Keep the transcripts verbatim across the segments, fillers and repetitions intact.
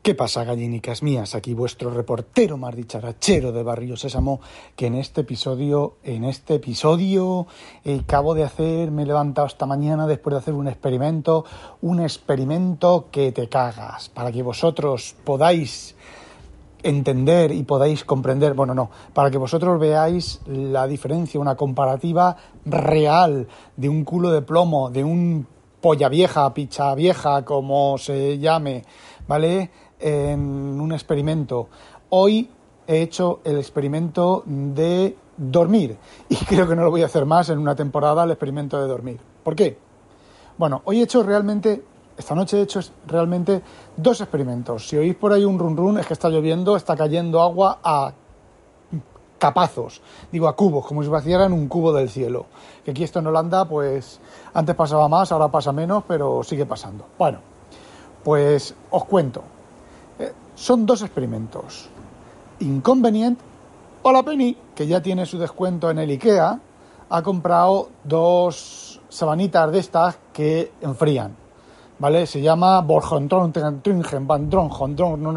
¿Qué pasa, gallinicas mías? Aquí vuestro reportero más dicharachero de Barrio Sésamo, que en este episodio, en este episodio eh, acabo de hacer, me he levantado esta mañana después de hacer un experimento, un experimento que te cagas, para que vosotros podáis entender y podáis comprender, bueno, no, para que vosotros veáis la diferencia, una comparativa real de un culo de plomo, de un polla vieja, picha vieja, como se llame, ¿vale?, en un experimento. Hoy he hecho el experimento de dormir y creo que no lo voy a hacer más en una temporada, el experimento de dormir. ¿Por qué? Bueno, hoy he hecho realmente, esta noche he hecho realmente dos experimentos. Si oís por ahí un run run es que está lloviendo, está cayendo agua a capazos, digo a cubos, como si vaciaran un cubo del cielo. Que aquí esto en Holanda, pues antes pasaba más, ahora pasa menos, pero sigue pasando. Bueno, pues os cuento. Eh, son dos experimentos. Inconvenient, hola Penny, que ya tiene su descuento en el IKEA, ha comprado dos sabanitas de estas que enfrían, ¿vale? Se llama Borjontron, Tringen, Bandron, Jondron,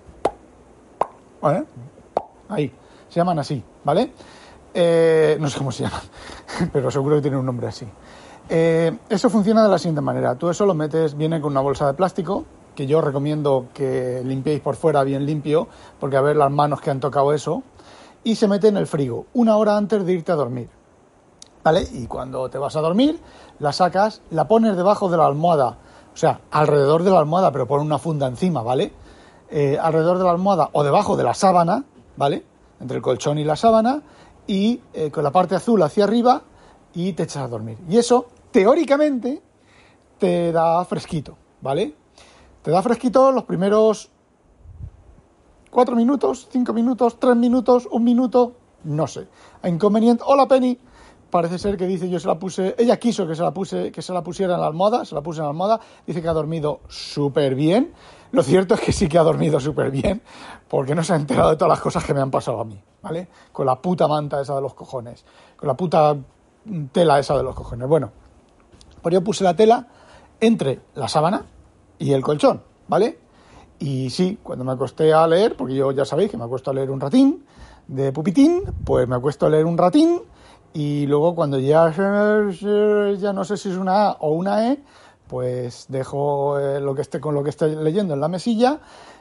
¿vale? Ahí, se llaman así, ¿vale? Eh, no sé cómo se llaman, pero seguro que tienen un nombre así. Eh, eso funciona de la siguiente manera. Tú eso lo metes, viene con una bolsa de plástico, que yo recomiendo que limpiéis por fuera bien limpio, porque a ver las manos que han tocado eso, y se mete en el frigo una hora antes de irte a dormir, ¿vale? Y cuando te vas a dormir, la sacas, la pones debajo de la almohada, o sea, alrededor de la almohada, pero pon una funda encima, ¿vale? Eh, alrededor de la almohada o debajo de la sábana, ¿vale? Entre el colchón y la sábana, y eh, con la parte azul hacia arriba, y te echas a dormir. Y eso, teóricamente, te da fresquito, ¿vale? Te da fresquito los primeros cuatro minutos, cinco minutos, tres minutos, un minuto, no sé. Inconvenient, hola Penny, parece ser que dice yo se la puse, ella quiso que se la puse, que se la pusiera en la almohada, se la puse en la almohada, dice que ha dormido súper bien. Lo cierto es que sí que ha dormido súper bien, porque no se ha enterado de todas las cosas que me han pasado a mí, ¿vale? Con la puta manta esa de los cojones, con la puta tela esa de los cojones. Bueno, pues yo puse la tela entre la sábana y el colchón, ¿vale? Y sí, cuando me acosté a leer, porque yo ya sabéis que me acuesto a leer un ratín de pupitín, pues me acuesto a leer un ratín y luego cuando ya, ya no sé si es una A o una E, pues dejo eh, lo que esté con lo que esté leyendo en la mesilla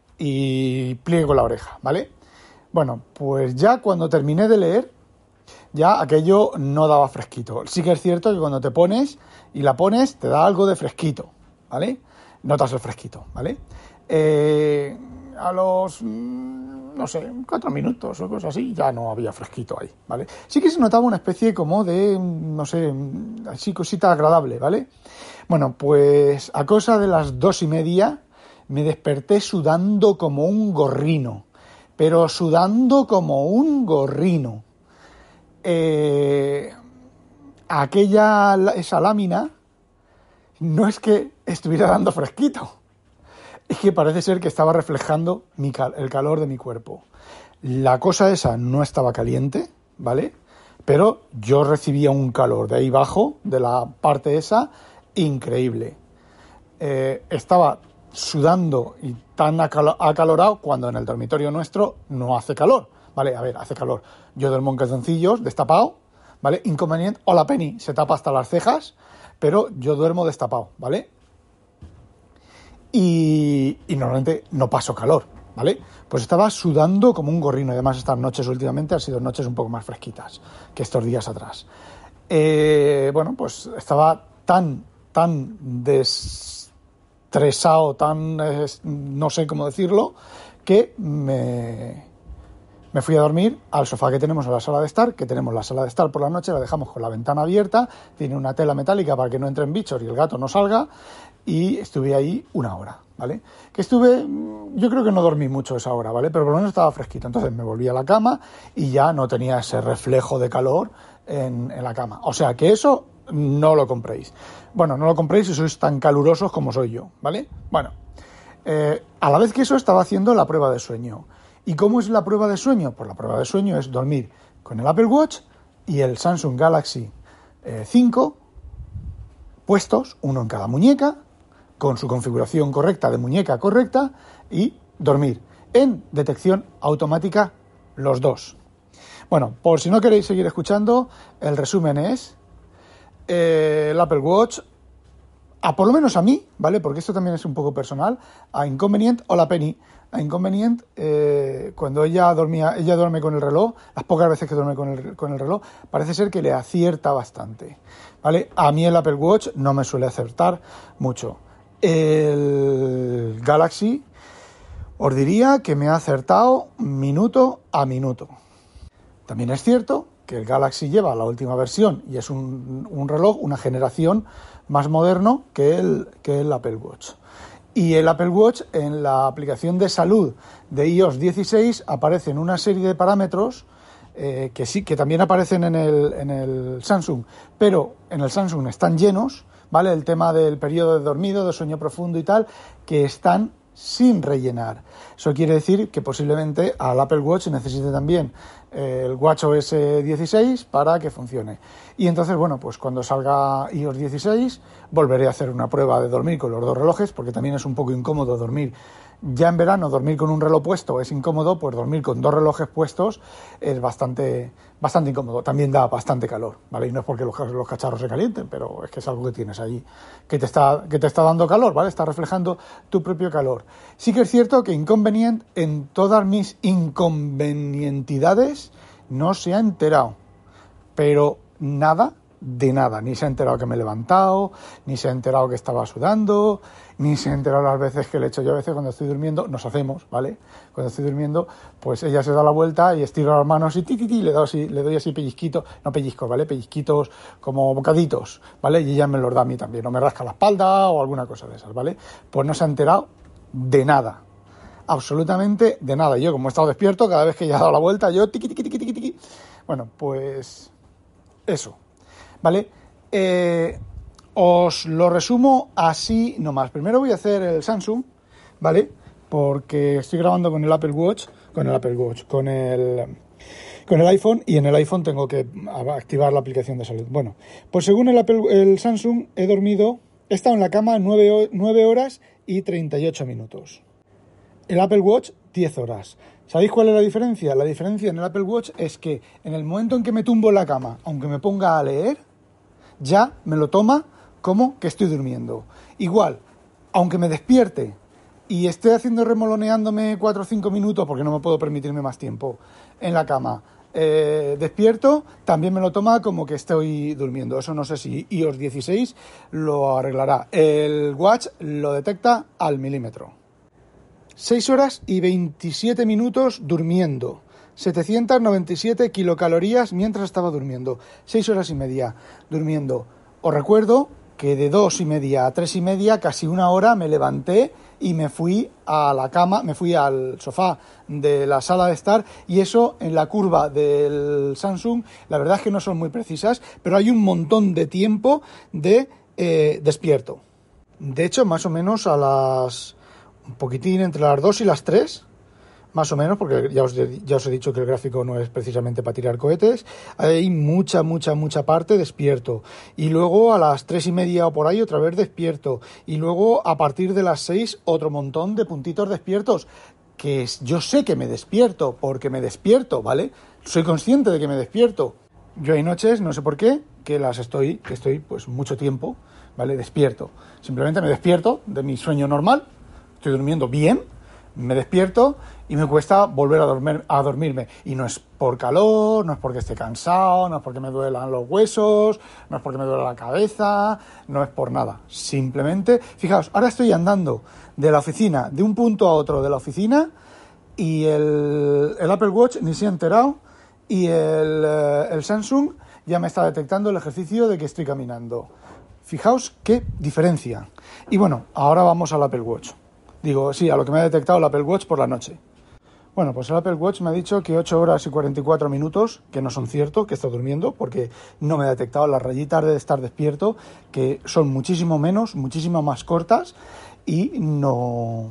y pliego la oreja, ¿vale? Bueno, pues ya cuando terminé de leer, ya aquello no daba fresquito. Sí que es cierto que cuando te pones y la pones, te da algo de fresquito, ¿vale? Notas el fresquito, ¿vale? Eh, a los, no sé, cuatro minutos o cosas así, ya no había fresquito ahí, ¿vale? Sí que se notaba una especie como de, no sé, así cosita agradable, ¿vale? Bueno, pues a cosa de las dos y media me desperté sudando como un gorrino, pero sudando como un gorrino. Eh, aquella, esa lámina no es que estuviera dando fresquito, es que parece ser que estaba reflejando mi cal- el calor de mi cuerpo. La cosa esa no estaba caliente, ¿vale? Pero yo recibía un calor de ahí abajo, de la parte esa, increíble. Eh, estaba sudando y tan acal- acalorado cuando en el dormitorio nuestro no hace calor, ¿vale? A ver, hace calor. Yo duermo en calzoncillos, destapado, ¿vale? Inconveniente, hola Penny, se tapa hasta las cejas, pero yo duermo destapado, ¿vale? Y, y normalmente no paso calor, ¿vale? Pues estaba sudando como un gorrino. Además, estas noches últimamente han sido noches un poco más fresquitas que estos días atrás. Eh, bueno, pues estaba tan, tan desestresado, tan, eh, no sé cómo decirlo, que me... Me fui a dormir al sofá que tenemos en la sala de estar, que tenemos la sala de estar por la noche, la dejamos con la ventana abierta, tiene una tela metálica para que no entren bichos y el gato no salga, y estuve ahí una hora, ¿vale? Que estuve, yo creo que no dormí mucho esa hora, ¿vale? Pero por lo menos estaba fresquito, entonces me volví a la cama y ya no tenía ese reflejo de calor en, en la cama. O sea que eso no lo compréis. Bueno, no lo compréis si sois tan calurosos como soy yo, ¿vale? Bueno, eh, a la vez que eso estaba haciendo la prueba de sueño. ¿Y cómo es la prueba de sueño? Pues la prueba de sueño es dormir con el Apple Watch y el Samsung Galaxy eh, cinco puestos, uno en cada muñeca, con su configuración correcta de muñeca correcta y dormir. En detección automática, los dos. Bueno, por si no queréis seguir escuchando, el resumen es eh, el Apple Watch, a por lo menos a mí, ¿vale? Porque esto también es un poco personal, a Inconvenient o la Penny. A Inconvenient, eh, cuando ella dormía, ella duerme con el reloj, las pocas veces que duerme con el, con el reloj, parece ser que le acierta bastante, ¿vale? A mí el Apple Watch no me suele acertar mucho. El Galaxy os diría que me ha acertado minuto a minuto. También es cierto que el Galaxy lleva la última versión y es un, un reloj, una generación más moderno que el, que el Apple Watch. Y el Apple Watch, en la aplicación de salud de i o ese dieciséis, aparecen una serie de parámetros eh, que sí, que también aparecen en el, en el Samsung, pero en el Samsung están llenos, ¿vale? El tema del periodo de dormido, de sueño profundo y tal, que están sin rellenar. Eso quiere decir que posiblemente al Apple Watch necesite también eh, el watchOS dieciséis para que funcione. Y entonces, bueno, pues cuando salga i o ese dieciséis volveré a hacer una prueba de dormir con los dos relojes, porque también es un poco incómodo dormir. Ya en verano dormir con un reloj puesto es incómodo, pues dormir con dos relojes puestos es bastante, bastante incómodo. También da bastante calor, ¿vale? Y no es porque los, los cacharros se calienten, pero es que es algo que tienes ahí, que te está, que te está dando calor, ¿vale? Está reflejando tu propio calor. Sí que es cierto que Inconvenient, en todas mis inconvenientidades, no se ha enterado, pero nada de nada, ni se ha enterado que me he levantado, ni se ha enterado que estaba sudando, ni se ha enterado las veces que le echo yo. A veces cuando estoy durmiendo, nos hacemos, ¿vale? Cuando estoy durmiendo, pues ella se da la vuelta y estiro las manos y ti, ti, ti, le doy así, le doy así pellizquitos, no pellizcos, ¿vale? Pellizquitos como bocaditos, ¿vale? Y ella me los da a mí también, o me rasca la espalda o alguna cosa de esas, ¿vale? Pues no se ha enterado de nada, absolutamente de nada. Yo, como he estado despierto, cada vez que ella ha dado la vuelta, yo tiqui, tiqui, tiqui, tiqui, tiqui. Bueno, pues eso. ¿Vale? Eh, os lo resumo así nomás. Primero voy a hacer el Samsung, ¿vale? Porque estoy grabando con el Apple Watch, con el Apple Watch, con el, con el iPhone, y en el iPhone tengo que activar la aplicación de salud. Bueno, pues según el, Apple, el Samsung he dormido, he estado en la cama nueve horas y treinta y ocho minutos. El Apple Watch, diez horas. ¿Sabéis cuál es la diferencia? La diferencia en el Apple Watch es que en el momento en que me tumbo en la cama, aunque me ponga a leer, ya me lo toma como que estoy durmiendo. Igual, aunque me despierte y esté haciendo remoloneándome cuatro o cinco minutos, porque no me puedo permitirme más tiempo en la cama, eh, despierto, también me lo toma como que estoy durmiendo. Eso no sé si i o ese dieciséis lo arreglará. El Watch lo detecta al milímetro. seis horas y veintisiete minutos durmiendo. setecientas noventa y siete kilocalorías mientras estaba durmiendo. seis horas y media durmiendo. Os recuerdo que de dos y media a tres y media, casi una hora, me levanté y me fui a la cama, me fui al sofá de la sala de estar, y eso en la curva del Samsung, la verdad es que no son muy precisas, pero hay un montón de tiempo de eh, despierto. De hecho, más o menos a las... un poquitín entre las dos y las tres, más o menos, porque ya os, ya os he dicho que el gráfico no es precisamente para tirar cohetes, hay mucha, mucha, mucha parte despierto, y luego a las tres y media o por ahí otra vez despierto, y luego a partir de las seis otro montón de puntitos despiertos, que yo sé que me despierto, porque me despierto, ¿vale? Soy consciente de que me despierto. Yo hay noches, no sé por qué, que las estoy, que estoy pues mucho tiempo, ¿vale? Despierto. Simplemente me despierto de mi sueño normal, estoy durmiendo bien, me despierto y me cuesta volver a, dormir, a dormirme. Y no es por calor, no es porque esté cansado, no es porque me duelan los huesos, no es porque me duela la cabeza, no es por nada. Simplemente, fijaos, ahora estoy andando de la oficina, de un punto a otro de la oficina, y el, el Apple Watch ni se ha enterado, y el, el Samsung ya me está detectando el ejercicio de que estoy caminando. Fijaos qué diferencia. Y bueno, ahora vamos al Apple Watch. Digo, sí, a lo que me ha detectado el Apple Watch por la noche. Bueno, pues el Apple Watch me ha dicho que ocho horas y cuarenta y cuatro minutos, que no son cierto, que estoy durmiendo, porque no me ha detectado las rayitas de estar despierto, que son muchísimo menos, muchísimo más cortas, y no...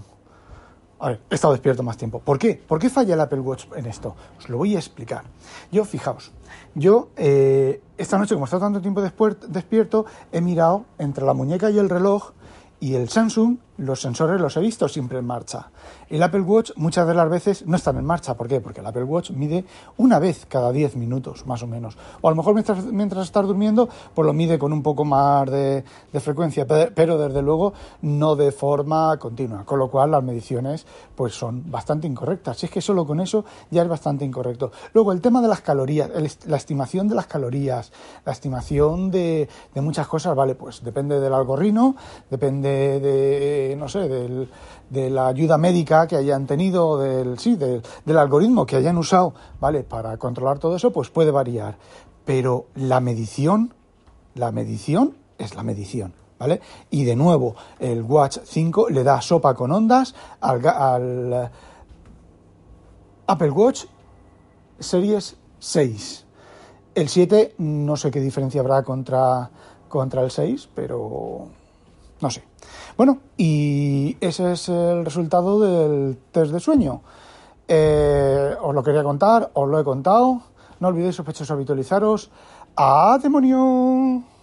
A ver, he estado despierto más tiempo. ¿Por qué? ¿Por qué falla el Apple Watch en esto? Os lo voy a explicar. Yo, fijaos, yo eh, esta noche, como he estado tanto tiempo despierto, he mirado entre la muñeca y el reloj, y el Samsung los sensores los he visto siempre en marcha. El Apple Watch muchas de las veces no están en marcha. ¿Por qué? Porque el Apple Watch mide una vez cada diez minutos, más o menos. O a lo mejor mientras, mientras estás durmiendo, pues lo mide con un poco más de, de frecuencia, pero desde luego no de forma continua. Con lo cual las mediciones pues son bastante incorrectas. Si es que solo con eso ya es bastante incorrecto. Luego el tema de las calorías, el, la estimación de las calorías, la estimación de, de muchas cosas, vale, pues depende del algoritmo, depende de no sé, del, de la ayuda médica que hayan tenido, del, sí, del, del algoritmo que hayan usado, ¿vale? Para controlar todo eso, pues puede variar. Pero la medición, la medición es la medición, ¿vale? Y de nuevo, el Watch cinco le da sopa con ondas al, al Apple Watch Series seis. El siete, no sé qué diferencia habrá contra, contra el seis, pero no sé. Bueno, y ese es el resultado del test de sueño. Eh, os lo quería contar, os lo he contado. No olvidéis, sospechosos, habitualizaros. ¡A demonio!